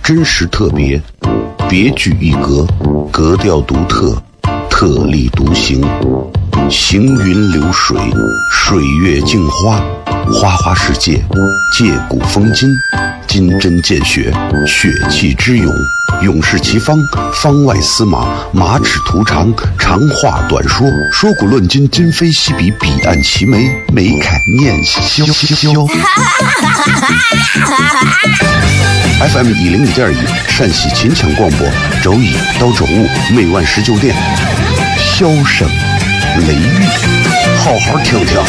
真实特别，别具一格，格调独特，特立独行，行云流水，水月镜花，花花世界，借古风今，金针见血，血气之勇，勇士其方，方外司马，马齿图长，长话短说，说古论今，今非昔比，彼岸齐眉，眉开念萧。FM 101.1陕西秦腔广播，周一到周五每晚19点，箫声雷雨，好好听听。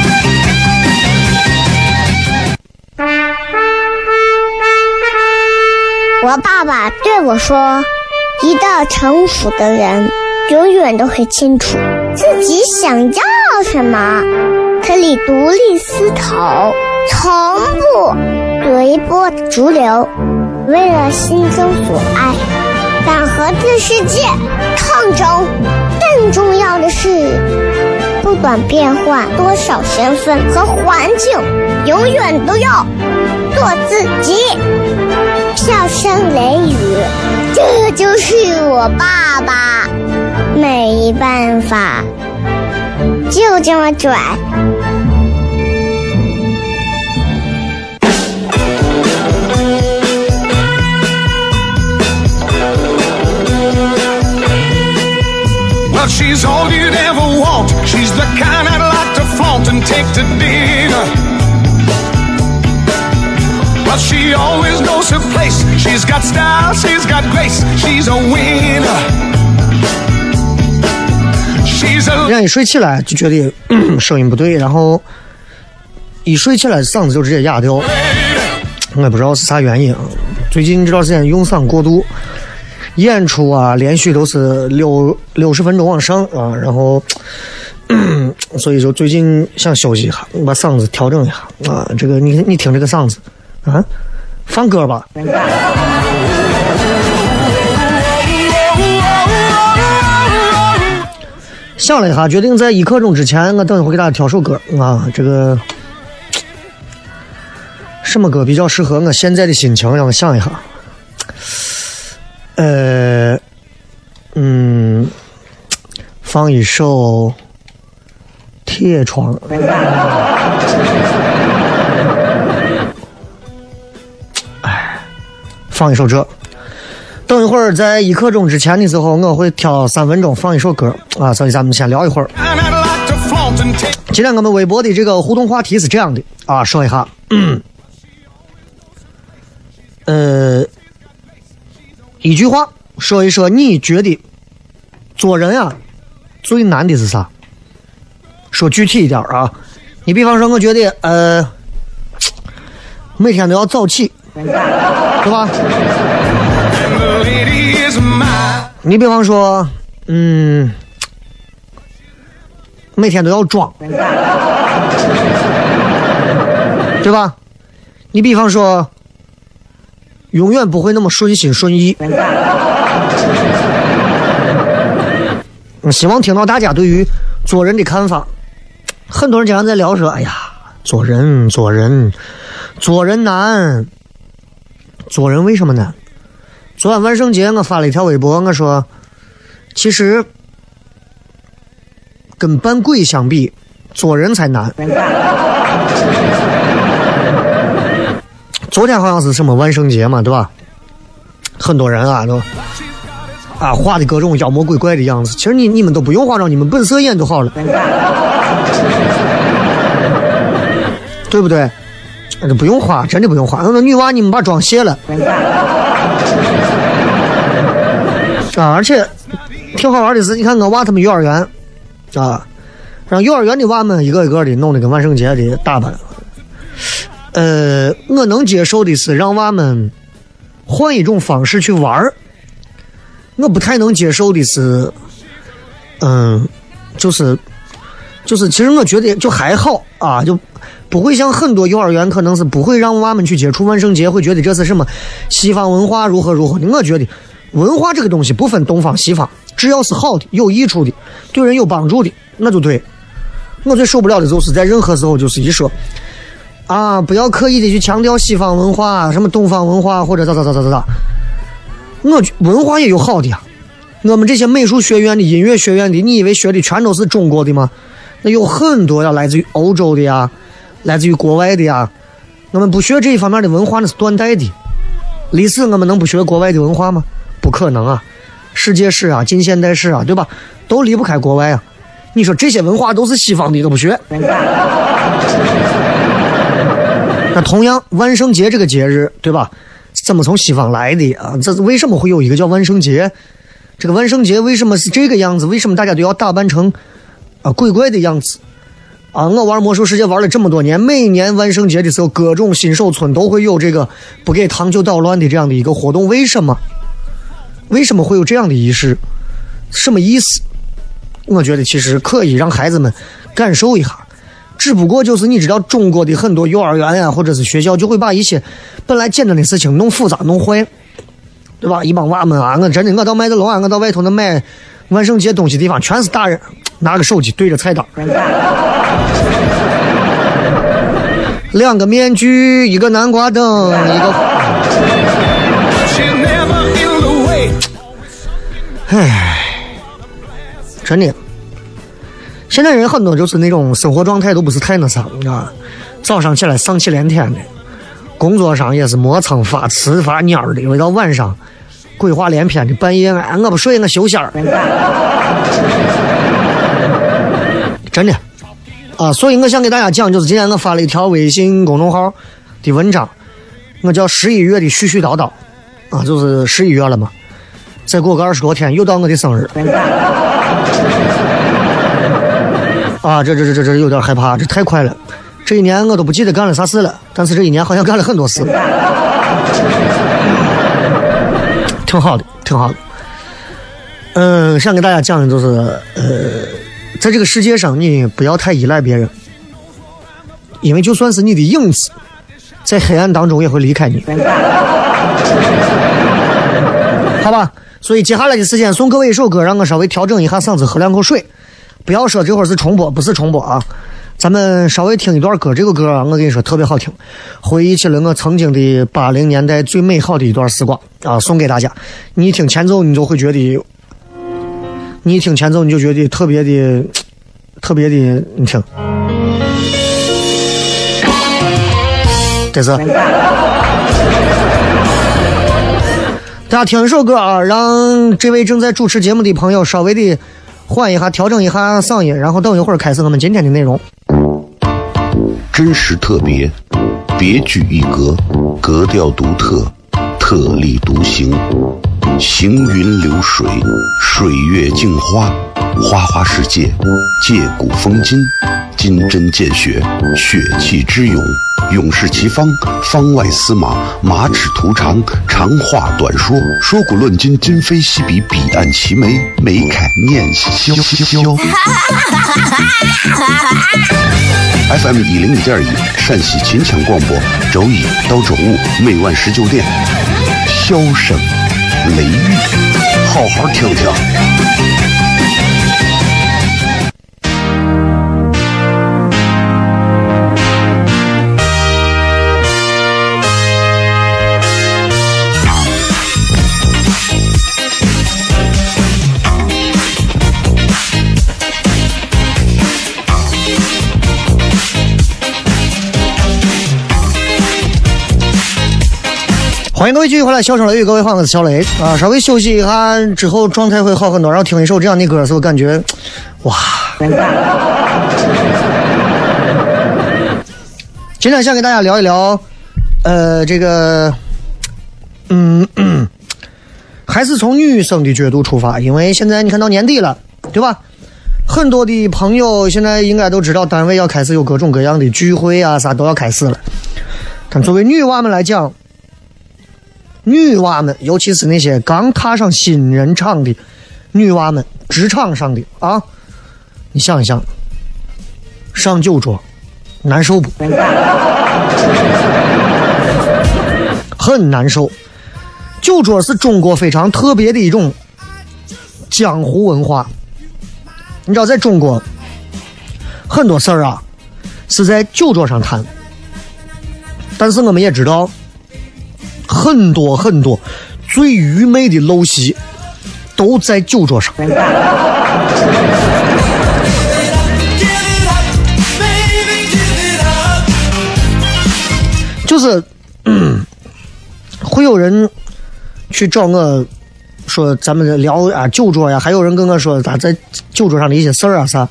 我爸爸对我说，一个成熟的人永远都会清楚自己想要什么，可以独立思考，从不随波逐流，为了心中所爱，敢和这世界抗争。更重要的是，不管变换多少身份和环境，永远都要做自己。笑声雷雨，这就是我爸爸，没办法，就这么拽。 Well, she's all you'd ever want. She's the kind I'd like to flaunt and take to dinner. Well, she always knows her place. She's got style, she's got grace. She's a winner. She's a... 人一睡起来就觉得声音不对，然后一睡起来嗓子就直接哑掉，我也不知道是啥原因。最近这段时间用嗓过度，演出啊连续都是60分钟往上啊，然后所以说最近想休息一下，把嗓子调整一下啊。这个你听这个嗓子啊，放歌吧。想了一下，决定在1刻钟之前，我等一会儿给大家挑首歌啊。这个什么歌比较适合我现在的心情？让我想一下。放一首《铁窗》。放一首这。等一会儿在1刻钟之前的时候，我会挑3分钟放一首歌啊，所以咱们先聊一会儿。今天我们微博的这个互动话题是这样的啊，说一下，一句话说一说，你觉得做人啊最难的是啥？说具体一点啊，你比方说，我觉得每天都要早起，对吧？你比方说，每天都要装，对吧？你比方说，永远不会那么顺心顺意。希望听到大家对于做人的看法。很多人经常在聊说，哎呀，做人难，做人为什么难？昨晚万圣节我发了一条微博，我说其实跟扮鬼相比，做人才难。昨天好像是什么万圣节嘛，对吧？很多人啊都画的各种妖魔鬼怪的样子，其实你们都不用化妆，你们本色演就好了，对不对？不用化，真的不用化。那女娃你们把妆卸了而且挺好玩的是，你看我娃他们幼儿园让幼儿园的娃们一个一个的弄得跟万圣节的打扮。我能接受的是让娃们换一种方式去玩，我不太能接受的是就是其实我觉得就还好啊，就不会像很多幼儿园可能是不会让娃们去接触万圣节，会觉得这是什么西方文化如何如何的。我觉得文化这个东西不分东方西方，只要是好的有益处的对人有帮助的那就对。我最受不了的就是在任何时候就是一说啊，不要刻意的去强调西方文化，什么东方文化或者咋。我文化也有好的呀。我们这些美术学院的、音乐学院的，你以为学的全都是中国的吗？那有很多呀，来自于欧洲的呀，来自于国外的呀。我们不学这一方面的文化，那是断代的。历史我们能不学国外的文化吗？不可能啊！世界史啊，近现代史啊，对吧？都离不开国外啊。你说这些文化都是西方的，都不学。那同样，万圣节这个节日，对吧？怎么从西方来的啊？这为什么会有一个叫万圣节？这个万圣节为什么是这个样子？为什么大家都要打扮成鬼怪的样子？啊，我玩魔兽世界玩了这么多年，每年万圣节的时候，各种新手村都会有这个不给糖就捣乱的这样的一个活动。为什么？为什么会有这样的仪式？什么意思？我觉得其实可以让孩子们感受一下。只不过就是你知道，中国的很多幼儿园呀，或者是学校，就会把一些本来简单的事情弄复杂、弄坏，对吧？一帮娃们啊，我到麦当劳啊，我到外头那买万圣节东西的地方，全是大人拿个手机对着菜单，两个面具，一个南瓜灯，一个，唉，真的。现在人很多就是那种生活状态都不是太那啥啊，早上起来丧气连天的，工作上也是磨蹭发呲发蔫的，因为到晚上鬼话连篇的，半夜我不睡我休仙儿，真的啊！所以我想给大家讲，就是今天我发了一条微信公众号的文章，我叫11月的絮絮叨叨啊，就是11月了嘛，再过个20多天又到我的生日。啊，这有点害怕，这太快了。这一年我都不记得干了啥事了，但是这一年好像干了很多事，挺好的，挺好的。想给大家讲的就是在这个世界上你不要太依赖别人，因为就算是你的影子，在黑暗当中也会离开你。好吧，所以接下来的时间送各位一首歌，让我稍微调整一下嗓子，喝两口水。不要说这会儿是重播，不是重播啊！咱们稍微听一段歌，这个歌啊，我跟你说特别好听，回忆起了我曾经的80年代最美好的一段时光啊，送给大家。你一听前奏，你就会觉得，你一听前奏你就觉得特别的，你听，这是大家听一首歌啊，让这位正在主持节目的朋友稍微的换一下，调整一下嗓音，然后等一会儿开始我们今天的内容。 真实特别，别具一格，格调独特，特立独行，行云流水，水月镜花，花花世界，借古风今，金针见血，血气之勇，勇士其方，方外司马，马齿图长，长话短说，说古论今，今非昔比，彼岸齐眉，眉开念萧萧。FM 101.1陕西秦腔广播，周一到周五每晚19点，笑声雷雨，好好听听。 欢迎各位继续回来，笑声雷雨，各位好，我是小雷啊。稍微休息一下之后，状态会好很多。然后听一首这样的歌，我感觉，哇！今天想给大家聊一聊，这个，还是从女生的角度出发，因为现在你看到年底了，对吧？很多的朋友现在应该都知道，单位要开始有各种各样的聚会啊，啥都要开始了。但作为女娃们来讲，女娃们，尤其是那些刚踏上新人场的女娃们，职场上的啊，你想一想，上酒桌难受不？很难受。酒桌是中国非常特别的一种江湖文化。你知道，在中国很多事儿啊是在酒桌上谈， 但是我们也知道，很多最愚昧的陋习都在酒桌上。就是会有人去找我说咱们聊啊酒桌呀，还有人跟我说咱在酒桌上的一些事儿啊啥，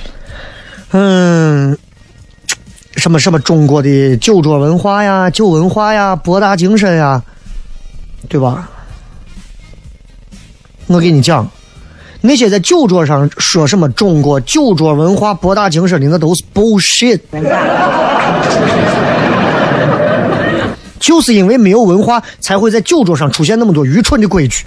什么中国的酒桌文化呀、酒文化呀、博大精深呀，对吧？我给你讲，那些在酒桌上说什么中国酒桌文化博大精深的，那都是 bullshit。就是因为没有文化，才会在酒桌上出现那么多愚蠢的规矩。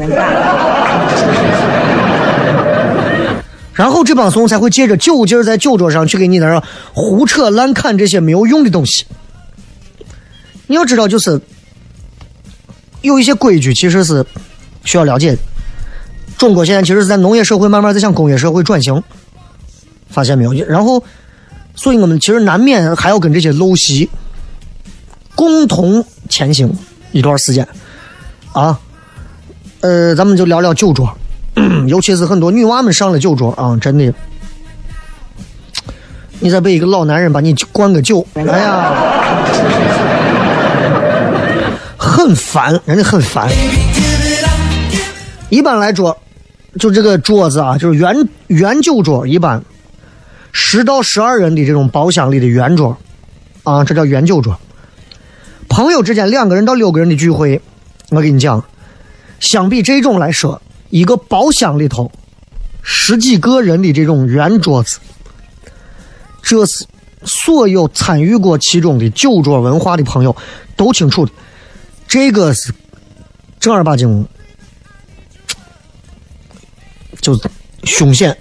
然后这帮怂才会借着酒劲儿在酒桌上去给你那儿胡扯乱侃这些没有用的东西。你要知道，就是有一些规矩其实是需要了解的。中国现在其实是在农业社会慢慢在向工业社会转型，发现没有？然后，所以我们其实难免还要跟这些陋习共同前行一段时间啊。咱们就聊聊酒桌。尤其是很多女娃们上了酒桌啊，真的，你再被一个老男人把你灌个酒，哎呀，很烦，人家很烦。一般来说，就这个桌子啊，就是圆酒桌，一般10到12人的这种包厢里的圆桌啊，这叫圆酒桌。朋友之间2个人到6个人的聚会，我跟你讲，相比这种来说，一个包厢里头10几个人的这种圆桌子，这是所有参与过其中的酒桌文化的朋友都清楚的，这个是正儿八经就是凶险。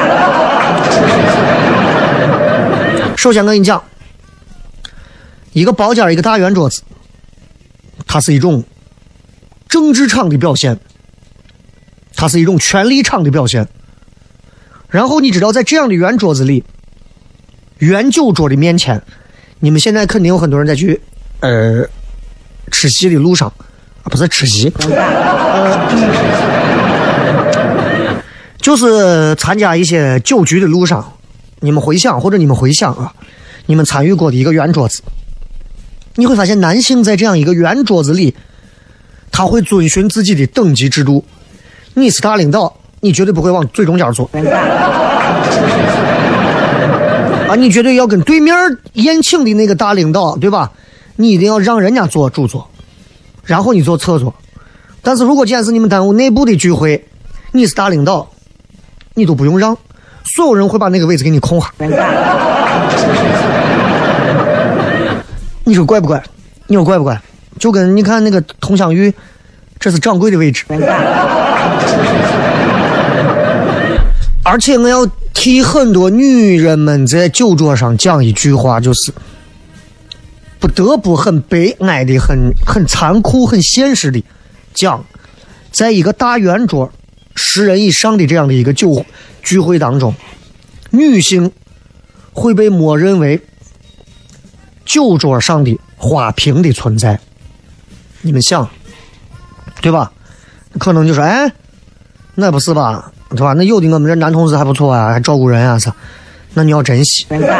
首先跟你讲，一个包间一个大圆桌子，它是一种政治场的表现，它是一种权力场的表现。然后你知道，在这样的圆桌子里，圆酒桌的面前，你们现在肯定有很多人在去吃席的路上啊，不是吃席，就是参加一些酒局的路上，你们回想啊，你们参与过的一个圆桌子，你会发现男性在这样一个圆桌子里，他会遵循自己的等级制度。你是大领导，你绝对不会往最中间坐啊，你绝对要跟对面宴请的那个大领导，对吧？你一定要让人家坐主座，然后你坐侧座。但是如果既然是你们单位内部的聚会，你是大领导，你都不用让，所有人会把那个位置给你空下。你说怪不怪？你说怪不怪？就跟你看那个佟湘玉，这是掌柜的位置。而且我要替很多女人们在酒桌上讲一句话，就是不得不很悲哀的、很残酷、很现实的讲，在一个大圆桌10人以上的这样的一个酒聚会当中，女性会被默认为酒桌上的花瓶的存在。你们想，对吧？可能就说，哎，那不是吧，对吧？那有的我们这男同志还不错啊，还照顾人啊啥，那你要珍惜。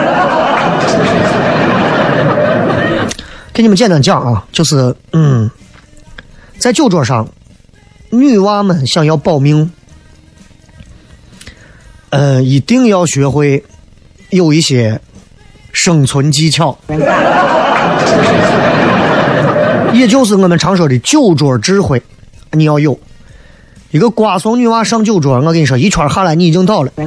给你们简单讲啊，就是在酒桌上，女娃们想要保命，一定要学会有一些生存技巧，也就是我们常说的酒桌智慧，你要有。一个瓜怂女娃上酒桌，我跟你说，一圈下来你已经倒了。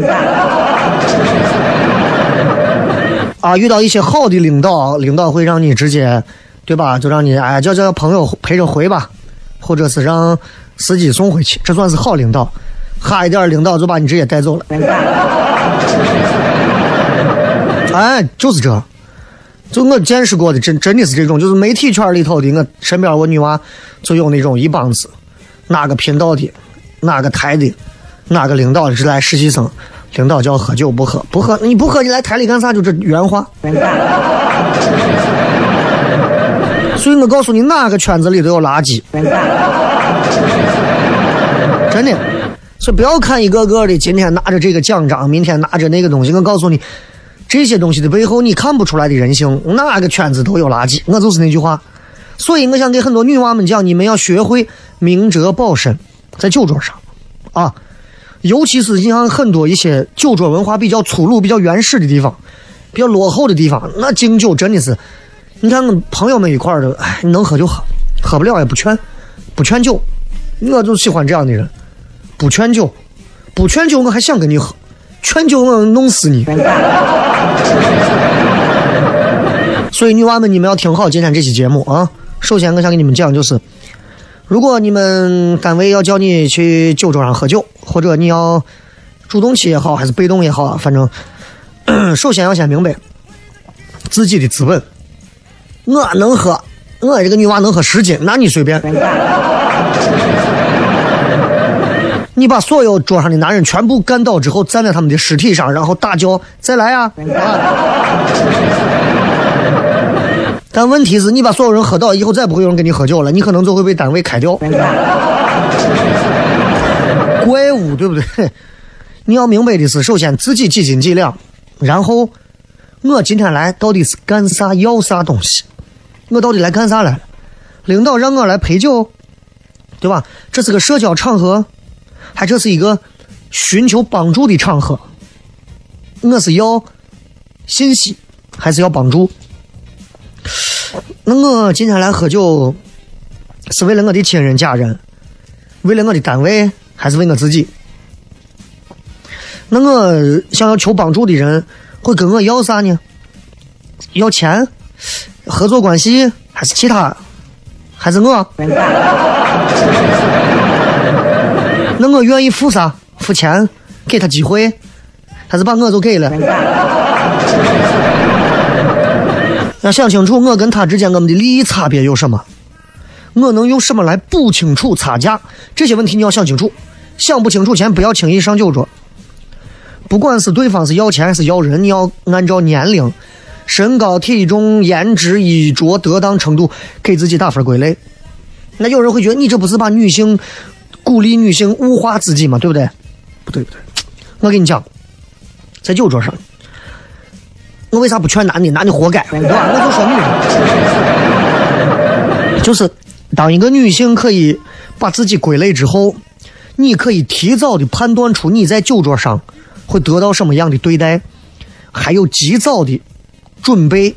啊，遇到一些好的领导会让你直接，对吧？就让你叫朋友陪着回吧，或者是让司机送回去，这算是好领导。哈一点领导就把你直接带走了。哎，就是这，就我见识过的，真的是这种，就是媒体圈里头的，我身边我女娃就有那种一帮子，哪个频道的，哪个台的，哪个领导是来实习生，领导叫喝酒不喝，你不喝你来台里干啥？就这原话。 所以我告诉你，哪个圈子里都有垃圾，真的。所以不要看一个个的今天拿着这个奖章，明天拿着那个东西。我告诉你，这些东西的背后你看不出来的人性，哪个圈子都有垃圾。我就是那句话。所以我想给很多女娃们讲，你们要学会明哲保身，在酒桌上啊，尤其是像很多一些酒桌文化比较粗鲁、比较原始的地方，比较落后的地方，那敬酒真的是，你看朋友们一块儿的，哎，能喝就喝，喝不了也不劝，不劝酒，我就喜欢这样的人。不劝酒，不劝酒，我还想跟你喝，劝酒我弄死你。所以女娃们，你们要听好今天这期节目啊！首先，我想跟你们讲，就是如果你们单位要叫你去酒桌上喝酒，或者你要主动去也好，还是被动也好，反正首先要先明白自己的资本。我能喝，我这个女娃能喝10斤，那你随便。你把所有桌上的男人全部干倒之后，站在他们的尸体上，然后大叫再来啊！但问题是你把所有人喝倒以后，再不会有人跟你喝酒了，你可能就会被单位开掉。怪物，对不对？你要明白的是，首先自己几斤几两，然后我今天来到底是干啥，要啥东西？我到底来干啥来了？领导让我来陪酒，对吧？这是个社交场合，还这是一个寻求帮助的场合。我是要信息还是要帮助？那我今天来喝酒是为了我的亲人家人，为了我的单位，还是为我自己？那我想要求帮助的人会跟我要啥呢？要钱、合作关系，还是其他？还是我？那我愿意付啥？付钱，给他机会，还是把我都给了？要想清楚我跟他之间我们的利益差别有什么，我能用什么来补清楚差价，这些问题你要想清楚。想不清楚前不要轻易上酒桌。不管是对方是要钱还是要人，你要按照年龄、身高、体重、颜值、衣着、得当程度给自己打分归类。那有人会觉得你这不是把女性鼓励女性物化自己吗？对不对？不对不对，我跟你讲，在酒桌上我为啥不劝男的？男的活该，对吧？我就说女的，就是当一个女性可以把自己归类之后，你可以提早的判断出你在酒桌上会得到什么样的对待，还有及早的准备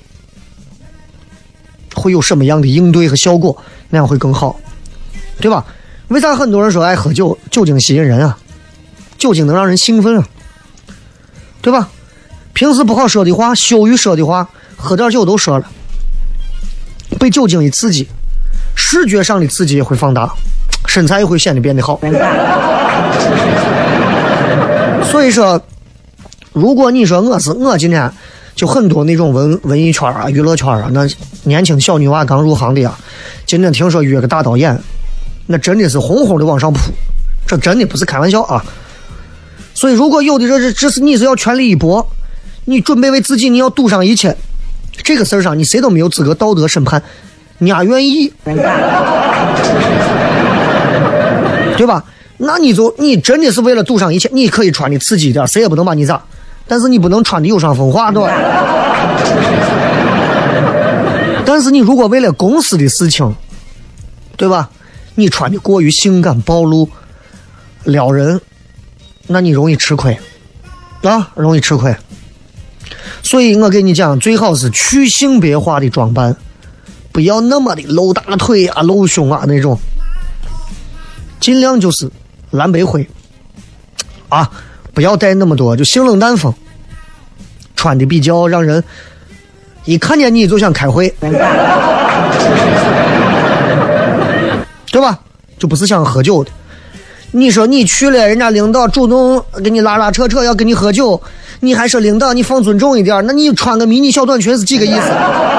会有什么样的应对和效果，那样会更好，对吧？为啥很多人说爱喝酒？酒精吸引人啊，酒精能让人兴奋啊，对吧？平时不好说的话，羞于说的话，喝点酒都说了。被酒精一刺激，视觉上的刺激也会放大，身材也会显得变得好。所以说，如果你说我今天就很多那种文艺圈啊、娱乐圈啊，那年轻小女娃刚入行的啊，今天听说约个大导演，那真的是轰轰的往上扑，这真的不是开玩笑啊。所以如果有的人只是你是要全力一搏，你准备为自己你要赌上一切，这个事儿上你谁都没有资格道德审判，你还愿意，对吧？那你真的是为了赌上一切，你可以穿的刺激一点，谁也不能把你咋，但是你不能穿的有伤风化，对吧？但是你如果为了公司的事情，对吧？你穿的过于性感暴露撩人，那你容易吃亏啊，容易吃亏。所以我跟你讲，最好是去性别化的装扮，不要那么的露大腿啊、露胸啊那种，尽量就是蓝白灰啊，不要带那么多，就性冷淡风，穿的比较让人一看见你就想开会，对吧？就不是想喝酒的。你说你去了，人家领导主动给你拉扯要跟你喝酒，你还说领导你放尊重一点，那你穿个迷你小短裙是几个意思？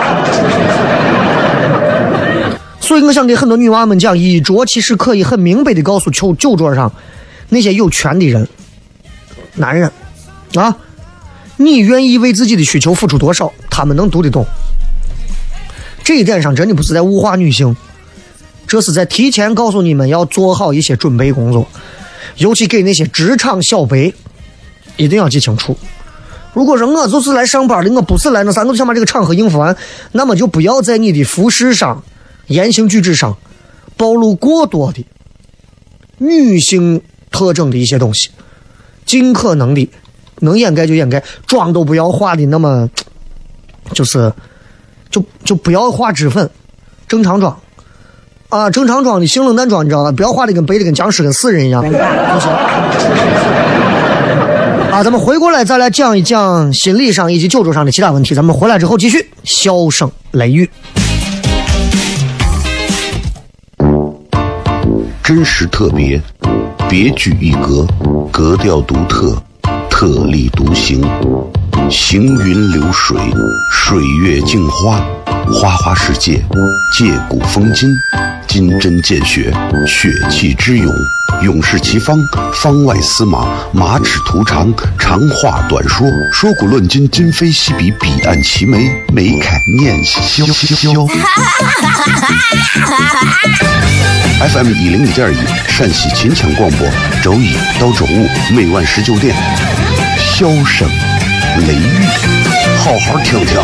所以我想给很多女娃们讲，衣着其实可以很明白的告诉酒桌上那些有权的人，男人啊，你愿意为自己的需求付出多少，他们能读得懂。 这一点上真的不是在物化女性，这是在提前告诉你们要做好一些准备工作，尤其给那些职场小白一定要记清楚。如果说我就是来上班的，我不是来那啥，我就想把这个场合应付完，那么就不要在你的服饰上、言行举止上暴露过多的女性特征的一些东西，尽可能的能掩盖就掩盖，妆都不要化的那么就不要化脂粉，正常妆啊，正常妆的性冷淡妆你知道吧？不要化的跟白的跟僵尸跟死人一样，不行。啊，咱们回过来再来讲一讲心理上以及酒桌上的其他问题。咱们回来之后继续笑声雷雨。 真实特别，别具一格，格调独特，特立独行，行云流水，水月镜花，花花世界，借古风今，金针见血，血气之勇，勇士齐方，方外司马，马齿图长，长话短说，说古论今，今非昔比，彼岸齐眉，眉开念萧萧。FM 101.1陕西秦腔广播，周一到周五每晚19点，笑声雷雨，好好听听。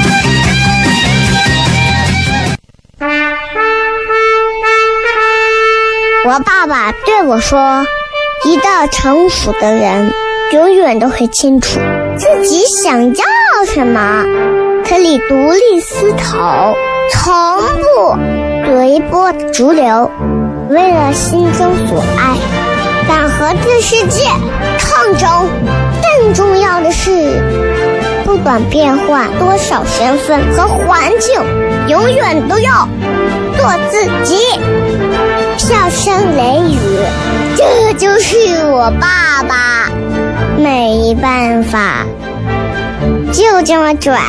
我爸爸对我说，一个成熟的人永远都会清楚自己想要什么，可以独立思考，从不随波逐流，为了心中所爱，敢和这世界抗争。更重要的是，不管变换多少身份和环境，永远都要做自己。笑声雷雨，这就是我爸爸，没办法，就这么拽。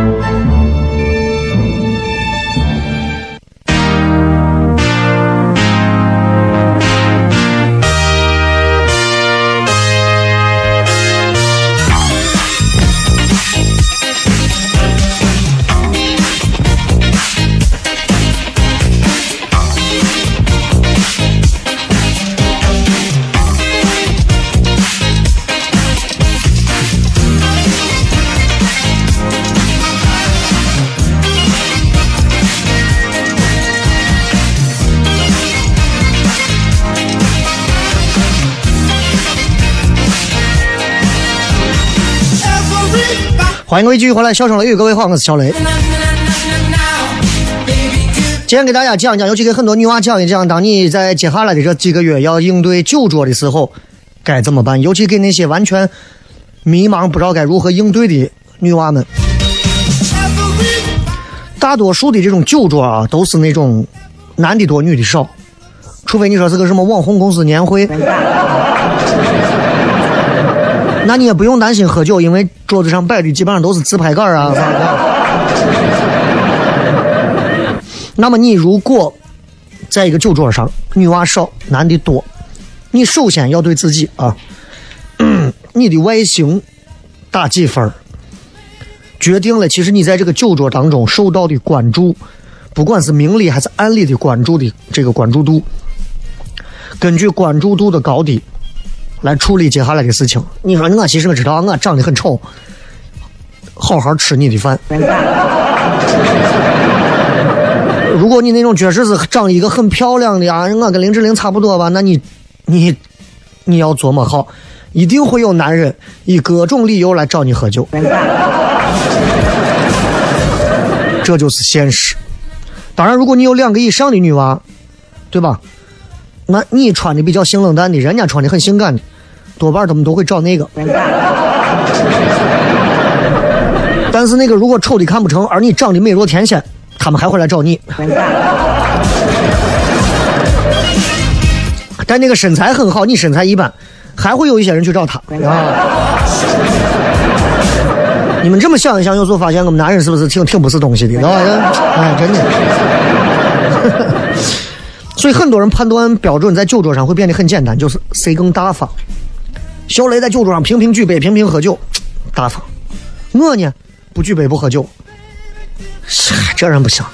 欢迎各位继续回来，笑声雷雨，各位好，我是小雷。今天给大家讲一讲，尤其给很多女娃讲一讲，当你在接下来的这几个月要应对酒桌的时候该怎么办，尤其给那些完全迷茫不知道该如何应对的女娃们。大多数的这种酒桌啊，都是那种男的多女的少，除非你说是个什么网红公司年会，那你也不用担心喝酒，因为桌子上摆的基本上都是自拍杆啊。那么你如果在一个酒桌上，女娃少，男的多，你首先要对自己啊，你的外形打几分，决定了其实你在这个酒桌当中受到的关注，不管是明里还是暗里的关注的这个关注度，根据关注度的高低来处理接下来的事情。你说我其实我知道我长得很丑，好好吃你的饭。如果你那种确实是长一个很漂亮的啊，我跟林志玲差不多吧，那你要琢磨好，一定会有男人以各种理由来找你喝酒，这就是现实。当然如果你有2个以上的女娃，对吧，那你穿的比较性冷淡的，人家穿的很性感的，多半他们都会找那个。但是那个如果丑的看不成，而你长得美若天仙，他们还会来找你。但那个身材很好，你身材一般，还会有一些人去找他啊。你们这么想一想，有时候发现我们男人是不是挺不是东西的，哎，真的。所以很多人判断标准在酒桌上会变得很简单，就是谁更大方。小雷在酒桌上频频举杯，频频喝酒，大方。我呢，不举杯不喝酒， 这人不行，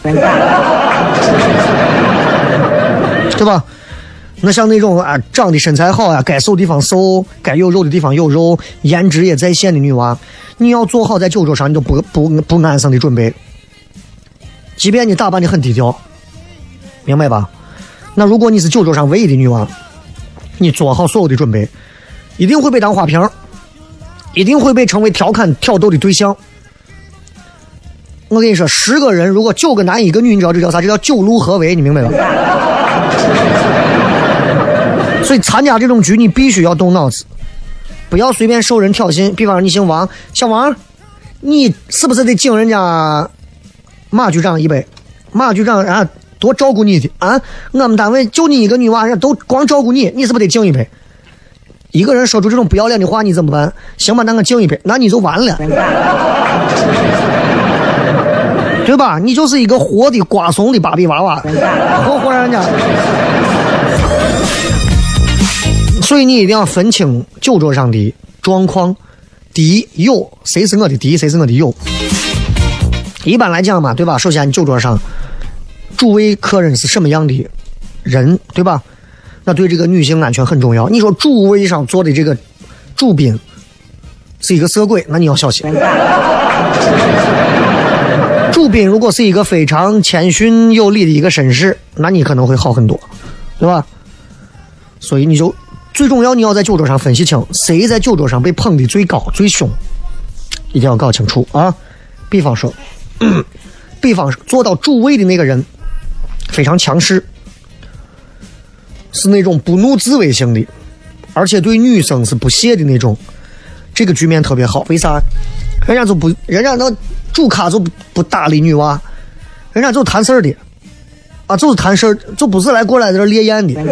对吧？那像那种啊，长得身材好啊，该瘦的地方瘦，该有肉的地方有肉，颜值也在线的女娃，你要做好在酒桌上你都不安生的准备，即便你打扮的很低调，明白吧？那如果你是酒桌上唯一的女娃，你做好所有的准备，一定会被当花瓶，一定会被成为调侃挑逗的对象。我跟你说，10个人如果9个男1个女，你知道这叫啥？这叫9路合围，你明白吧？所以参加这种局你必须要动脑子，不要随便受人挑衅。比方说你姓王，小王，你是不是得敬人家马局长一杯？马局长啊多照顾你的啊，我们单位就你一个女娃，人都光照顾你，你是不是得敬一杯？一个人说出这种不要脸的话你怎么办？行吧，那我敬一杯，那你就完了，对吧？你就是一个活的瓜怂的芭比娃娃，活人家。所以你一定要分清酒桌上的状况，敌友，谁是我的敌，谁是我的友。一般来讲嘛，对吧？首先酒桌上诸位客人是什么样的人，对吧？那对这个女性安全很重要。你说主位上坐的这个主宾是一个色鬼，那你要小心。主宾如果是一个非常谦逊有礼的一个绅士，那你可能会好很多，对吧？所以你就最重要，你要在酒桌上分析清谁在酒桌上被捧的最高最凶，一定要搞清楚啊。比方说坐到主位的那个人非常强势，是那种不怒自威型的，而且对女生是不屑的那种，这个局面特别好。为啥？人家那主咖就不搭理女娃，人家就谈事儿的啊，就是谈事儿，就不是过来这烈焰的。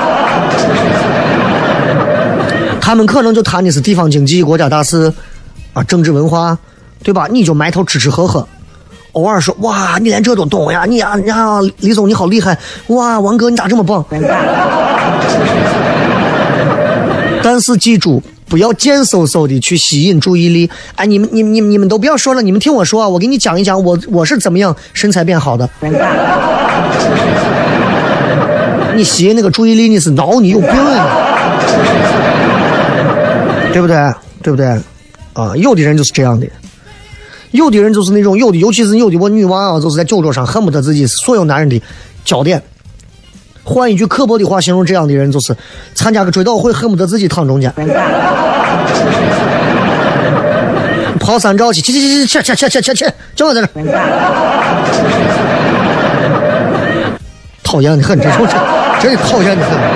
他们可能就谈的是地方经济、国家大事啊、政治文化，对吧？你就埋头吃吃喝喝，偶尔说哇，你连这都懂呀，你呀，李总你好厉害，哇，王哥你咋这么棒？但是记住，不要贱嗖嗖的去吸引注意力。哎，你们都不要说了，你们听我说啊，我给你讲一讲我是怎么样身材变好的。你吸引那个注意力，你是脑你有病啊！对不对？对不对？啊，有的人就是这样的，有的人就是那种尤其是有的我女娃啊，就是在酒桌上恨不得自己是所有男人的焦点。换一句刻薄的话形容这样的人，就是参加个追悼会恨不得自己躺中间。跑3招去，去，就我在这。讨厌的很，这种真的讨厌的很。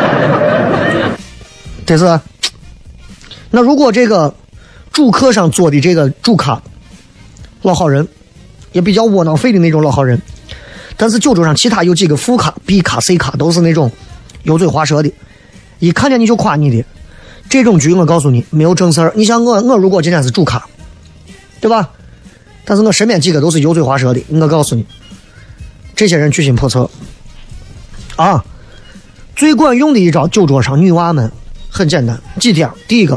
这是。那如果这个主客上坐的这个主咖老好人，也比较窝囊废的那种老好人，但是酒桌上其他有几个副咖 B 咖 C 咖都是那种油嘴滑舌的，一看见你就夸你的，这种局我告诉你没有正事儿。你像我如果今天是主咖，对吧？但是我身边几个都是油嘴滑舌的，我告诉你，这些人居心叵测啊！最管用的一招，酒桌上女娃们很简单，几点？第一个，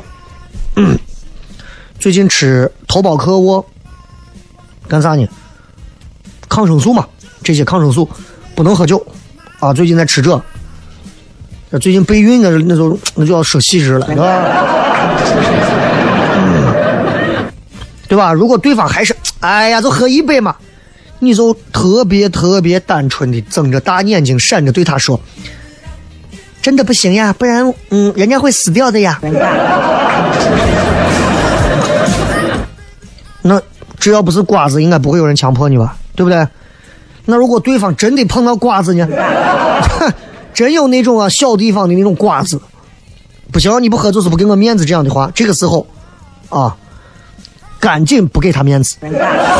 最近吃头孢克沃干啥呢？抗生素嘛，这些抗生素不能喝酒啊！最近在吃这，最近备孕那就要说细致了，对吧？对吧？如果对方还是哎呀，就喝一杯嘛，你就特别单纯的睁着大眼睛闪着对他说：“真的不行呀，不然人家会死掉的呀。”那只要不是瓜子，应该不会有人强迫你吧？对不对？那如果对方真的碰到瓜子呢？真有那种小地方的那种瓜子，不行，你不喝就是不给我面子这样的话，这个时候啊，赶紧不给他面子。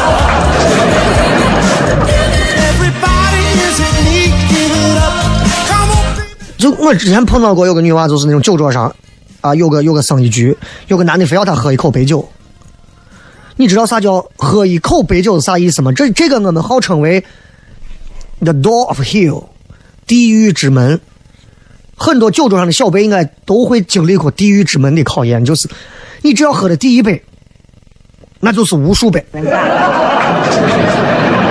就我之前碰到过有个女娃，就是那种酒桌上啊，有个生意局，有个男的非要她喝一口白酒。你知道啥叫喝一口白酒是啥意思吗？这个我们号称为 the door of hell， 地狱之门。很多酒桌上的小辈应该都会经历过地狱之门的考验，就是你只要喝的第一杯，那就是无数杯。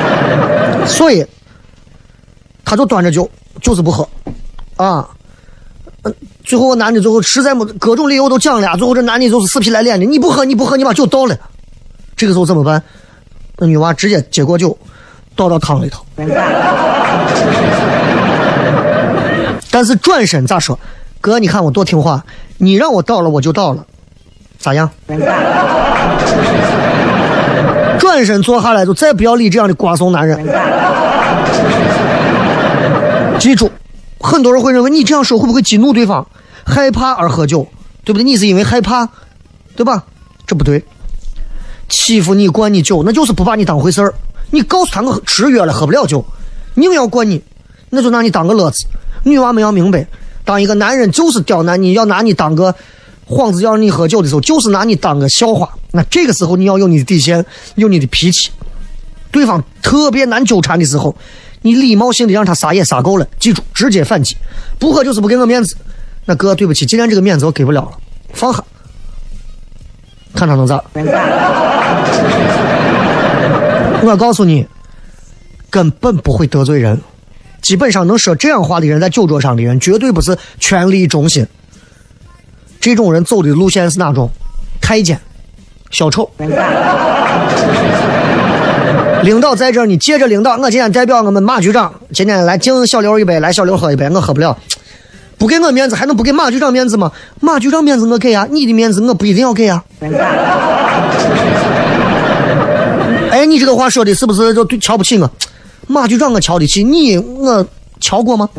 所以他就端着酒就是不喝啊。最后男的最后实在各种理由都讲了，最后这男的就是死皮赖脸的，你不喝你把酒倒了。这个时候怎么办？那女娃直接接过酒倒到汤里头。但是转身咋说？哥，你看我多听话，你让我倒了我就倒了，咋样？转身坐下来就再不要理这样的瓜怂男人。记住，很多人会认为你这样说会不会激怒对方，害怕而喝酒，对不对？你是因为害怕，对吧？这不对。欺负你灌你酒，那就是不把你当回事儿。你告诉他我吃药了喝不了酒，硬要灌你，那就拿你当个乐子。女娃们要明白，当一个男人就是刁难你，要拿你当个幌子，要让你喝酒的时候，就是拿你当个笑话。那这个时候你要有你的底线，有你的脾气。对方特别难纠缠的时候，你礼貌性的让他撒野撒够了，记住直接反击。不喝就是不给我面子，那哥对不起，今天这个面子我给不了了，放下，看他能咋。我告诉你，根本不会得罪人。基本上能说这样话的人，在酒桌上的人绝对不是权力中心。这种人走的路线是哪种？太监、小丑。领导在这儿，你接着领导，我今天代表我们马局长，今天来敬小刘一杯，来小刘喝一杯，我喝不了，不给我面子还能不给马局长面子吗？马局长面子我给啊，你的面子我不一定要给啊。哎，你这个话说的是不是就对瞧不起我？马局长我瞧得起你，我瞧过吗？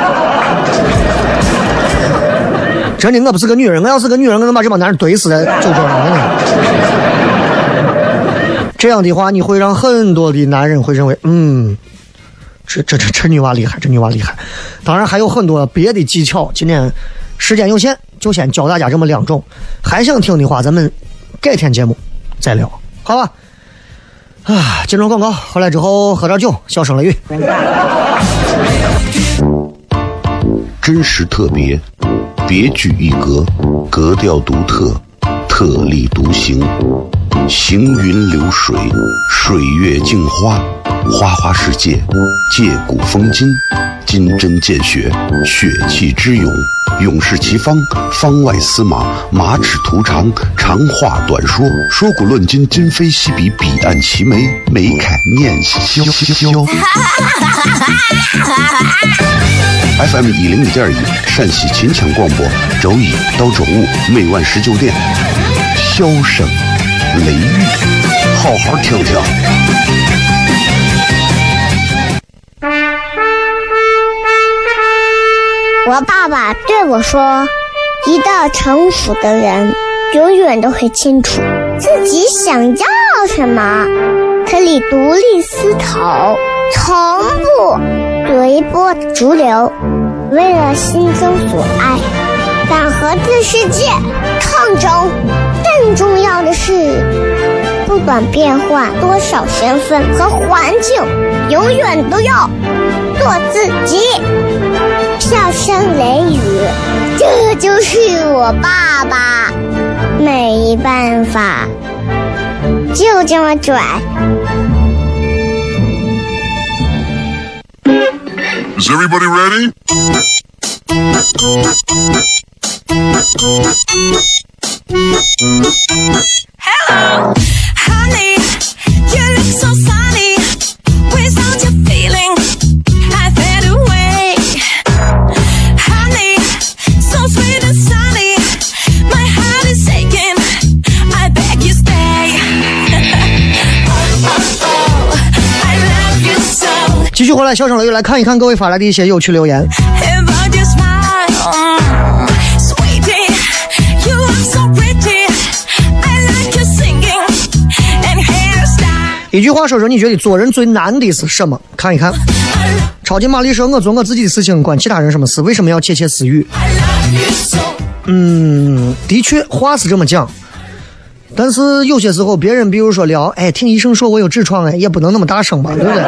真的，我不是个女人，我要是个女人，我能把这帮男人怼死在酒桌上的。这样的话，你会让很多的男人会认为，这女娃厉害，这女娃厉害。当然还有很多别的技巧，今天时间有限，就先教大家这么2种。还想听的话，咱们改天节目再聊，好吧？啊，进入广告，回来之后喝点酒，小声雷雨。 真实特别，别具一格，格调独特，特立独行，行云流水，水月镜花，花花世界，借古风今，金针见血，血气之勇，勇士其方，方外司马，马齿图长，长话短说，说古论今，今非昔比，彼岸齐眉，眉开眼笑。FM 101.1陕西秦腔广播，周一到周五每晚19点，笑声雷雨，好好听听。 我爸爸对我说，一个成熟的人永远都会清楚自己想要什么，可以独立思考，从不随波逐流，为了心中所爱，敢和这世界抗争。更重要的是，不管变换多少身份和环境，永远都要做自己。笑声雷雨，这就是我爸爸，没办法，就这么拽。 Is everybody ready? Hello, honey, you look so sunny. Without your feeling, I fade away. Honey, so sweet and sunny. My heart is aching. I beg you stay. Oh, oh, oh, I love you so. 继续回来，笑声雷雨来看一看各位发来的一些有趣留言。 About your smile, sweetie, you are so pretty. I like your singing and hairstyle. 一句话说说，你觉得做人最难的是什么？看一看。超级玛丽说：“我做我自己的事情，关其他人什么事？为什么要窃窃私语？” I love you so. 的确，话是这么讲，但是有些时候别人比如说聊，哎，听医生说我有痔疮，哎，也不能那么大声吧，对不对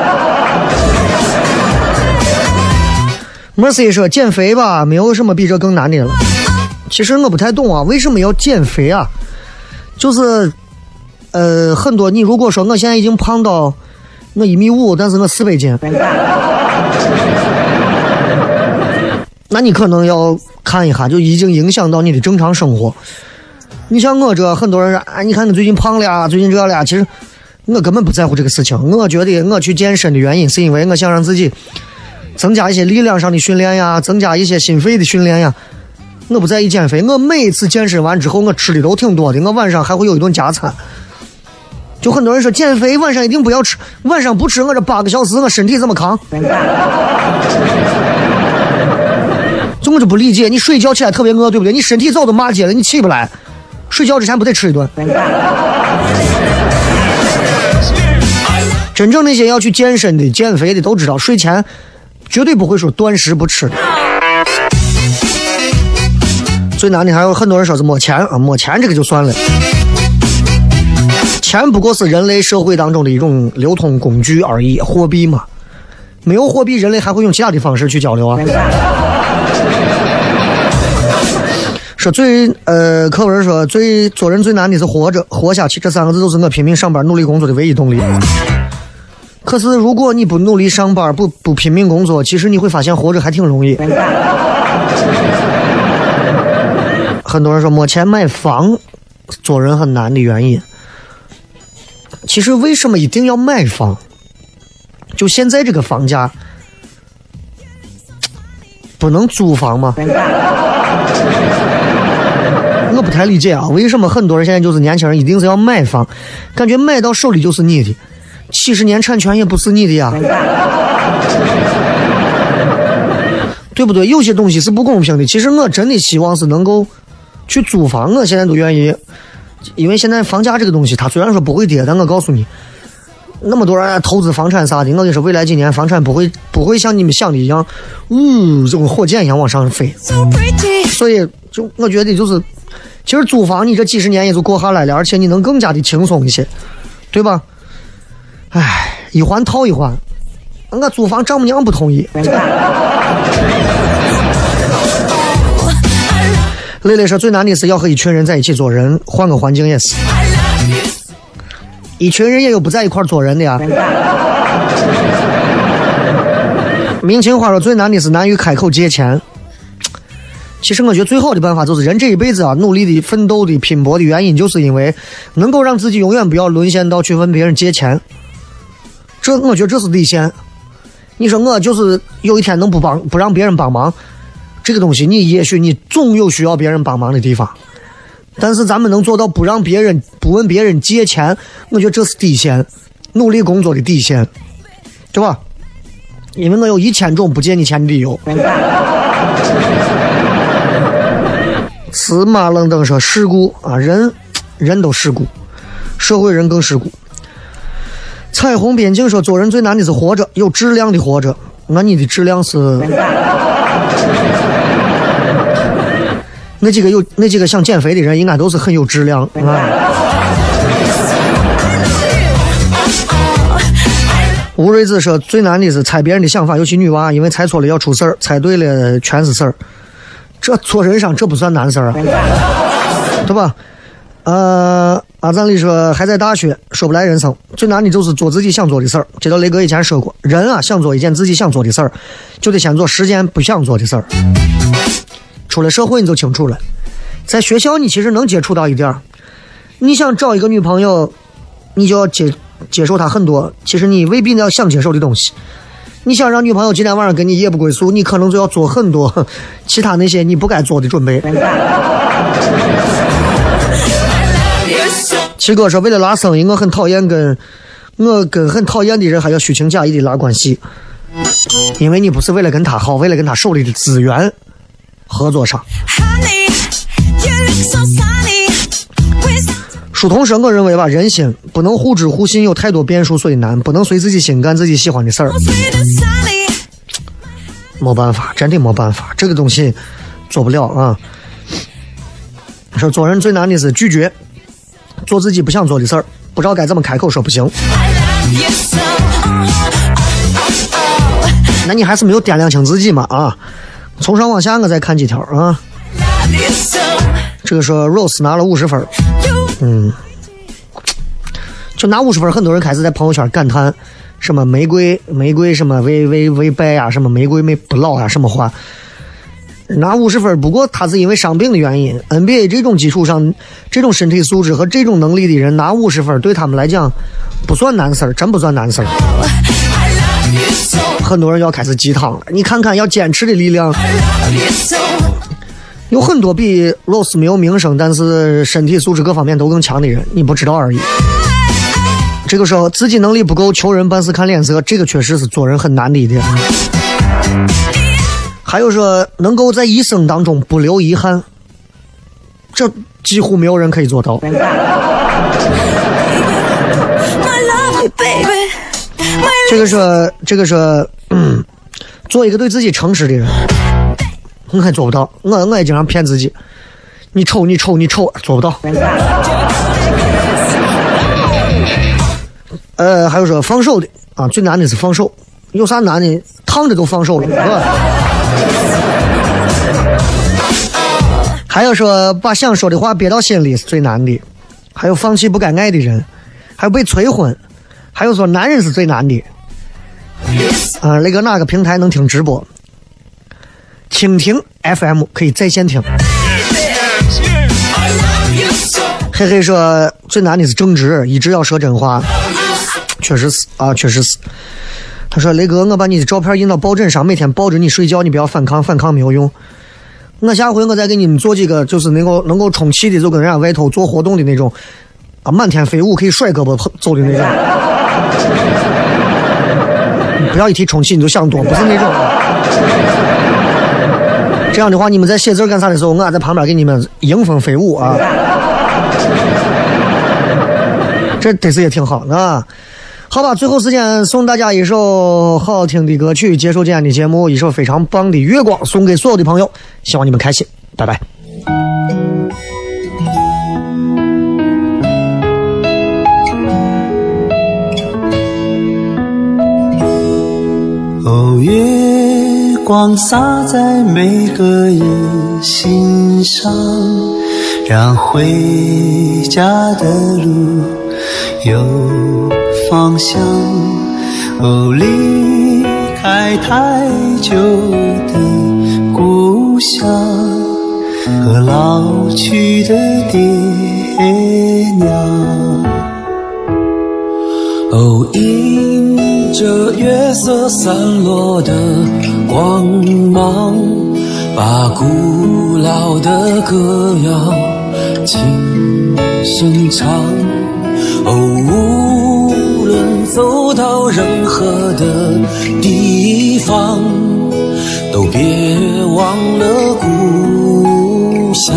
？Mercy 说减肥吧，没有什么比这更难的了。其实我不太懂啊，为什么要减肥啊？就是，很多你如果说我现在已经胖到我1.5米，但是我400斤。那你可能要看一下，就已经影响到你的正常生活。你像我这很多人说，哎，你看你最近胖了呀，最近这了呀，其实我根本不在乎这个事情。我觉得我去健身的原因是因为我想让自己增加一些力量上的训练呀，增加一些心肺的训练呀。我不在意减肥，我每一次健身完之后我吃的都挺多的，我晚上还会有一顿加餐。就很多人说减肥晚上一定不要吃，晚上不吃我这8个小时我身体怎么扛？就我就不理解，你睡觉起来特别饿，对不对？你身体早都骂街了，你起不来，睡觉之前不得吃一顿？真正那些要去健身的、减肥的都知道，睡前绝对不会说断食不吃。最难的还有很多人说是没钱啊，没钱这个就算了。钱不过是人类社会当中的一种流通工具而已，货币嘛，没有货币，人类还会用其他的方式去交流啊。说课文说做人最难的是活着，活下去，这3个字都是我拼命上班努力工作的唯一动力。可是如果你不努力上班，不拼命工作，其实你会发现活着还挺容易。很多人说没钱买房做人很难的原因，其实为什么一定要买房？就现在这个房价不能租房吗？我不太理解啊，为什么很多人现在就是年轻人一定是要买房，感觉买到手里就是你的，70年产权也不是你的呀，对不对？有些东西是不公平的。其实我真的希望是能够去租房，我现在都愿意，因为现在房价这个东西它虽然说不会跌，但我告诉你，那么多人投资房产啥的，我跟你说未来几年房产不会像你们想的一样这种火箭一样往上飞。所以就我觉得就是其实租房你这几十年也就过下来了，而且你能更加的轻松一些，对吧？哎，一环套一环，我租房丈母娘不同意。累累说最难的是要和一群人在一起做人，换个环境也是。一群人也有不在一块做人的呀。明清话说最难的是难于开口借钱。其实我觉得最好的办法就是人这一辈子啊，努力的奋斗的拼搏的原因，就是因为能够让自己永远不要沦陷到去问别人借钱。我觉得这是底线。你说我就是有一天能不让别人帮忙，这个东西也许你总有需要别人帮忙的地方，但是咱们能做到不问别人借钱，我觉得这是底线，努力工作的底线，对吧？因为我有1000种不借你钱的理由。司马冷登说世故啊，人都世故，社会人更世故。彩虹边境说做人最难的是活着，有质量的活着。那你的质量是那几个想减肥的人应该都是很有质量啊。吴瑞子说最难的是猜别人的想法，尤其女娃，因为猜错了要出事儿，猜对了全是事儿。这做人上这不算难事儿啊，对吧？阿赞里说还在大学，说不来人生最难的就是做自己想做的事儿。这道雷哥以前说过，人啊想做一件自己想做的事儿，就得先做10件不想做的事儿。出了社会你就清楚了，在学校你其实能接触到一点，你想找一个女朋友，你就要接受她很多其实你未必要想接受的东西。你想让女朋友今天晚上跟你夜不归宿，你可能就要做很多其他那些你不该做的准备。七哥说为了拉生意，我很讨厌跟很讨厌的人还要虚情假意的拉关系，因为你不是为了跟他好，为了跟他手里的资源合作上。书童说我认为吧，人心不能互知互信，有太多变数，所以难，不能随自己心干自己喜欢的事儿。没办法，真的没办法，这个东西做不了啊。说做人最难的是拒绝做自己不想做的事儿，不知道该怎么开口说不行。那你还是没有掂量清自己嘛啊！从上往下我再看几条啊。这个说 Rose 拿了50分，就拿50分，很多人开始在朋友圈感叹什么玫瑰什么为败呀，什么玫瑰不老啊，什么话。拿50分，不过他是因为伤病的原因。NBA 这种基础上，这种身体素质和这种能力的人拿50分，对他们来讲不算难事儿，真不算难事儿。很多人要开始鸡汤了，你看看要坚持的力量。有很多比罗斯没有名声，但是身体素质各方面都更强的人，你不知道而已。这个时候自己能力不够，求人办事看脸色，这个确实是做人很难的一点。还有说能够在一生当中不留遗憾，这几乎没有人可以做到。这个说，做一个对自己诚实的人，我还做不到。我也经常骗自己，你丑，做不到。还有说放手的啊，最难的是放手。有啥难的？躺着都放手了，是吧？还有说把想说的话憋到心里是最难的，还有放弃不该爱的人，还有被催婚，还有说男人是最难的。那个哪个平台能听直播？蜻蜓 FM 可以在线听。嘿嘿说最难的是正直，一直要说真话。确实是啊，确实是。他说雷哥，我把你的照片印到抱枕上，每天抱着你睡觉，你不要反抗，反抗没有用。我下回我再给你们做几个就是能够充气的，就跟人家外头做活动的那种啊，满天飞舞可以甩胳膊走的那种。不要一提充气你就想多，不是那种。这样的话你们在写字干啥的时候，我在旁边给你们迎风飞舞啊，这得是也挺好啊。好吧，最后时间送大家一首好听的歌曲，结束今天的节目，一首非常棒的月光，送给所有的朋友，希望你们开心，拜拜。 哦，月光洒在每个人心上，让回家的路有方向。哦，离开太久的故乡和老去的爹娘。哦，迎着月色散落的光芒，把古老的歌谣轻声唱。哦，无论走到任何的地方，都别忘了故乡。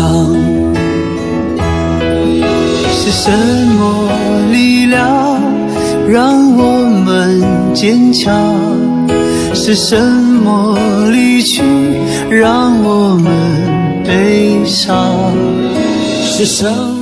是什么力量让我们坚强？是什么离去让我们悲伤？是什么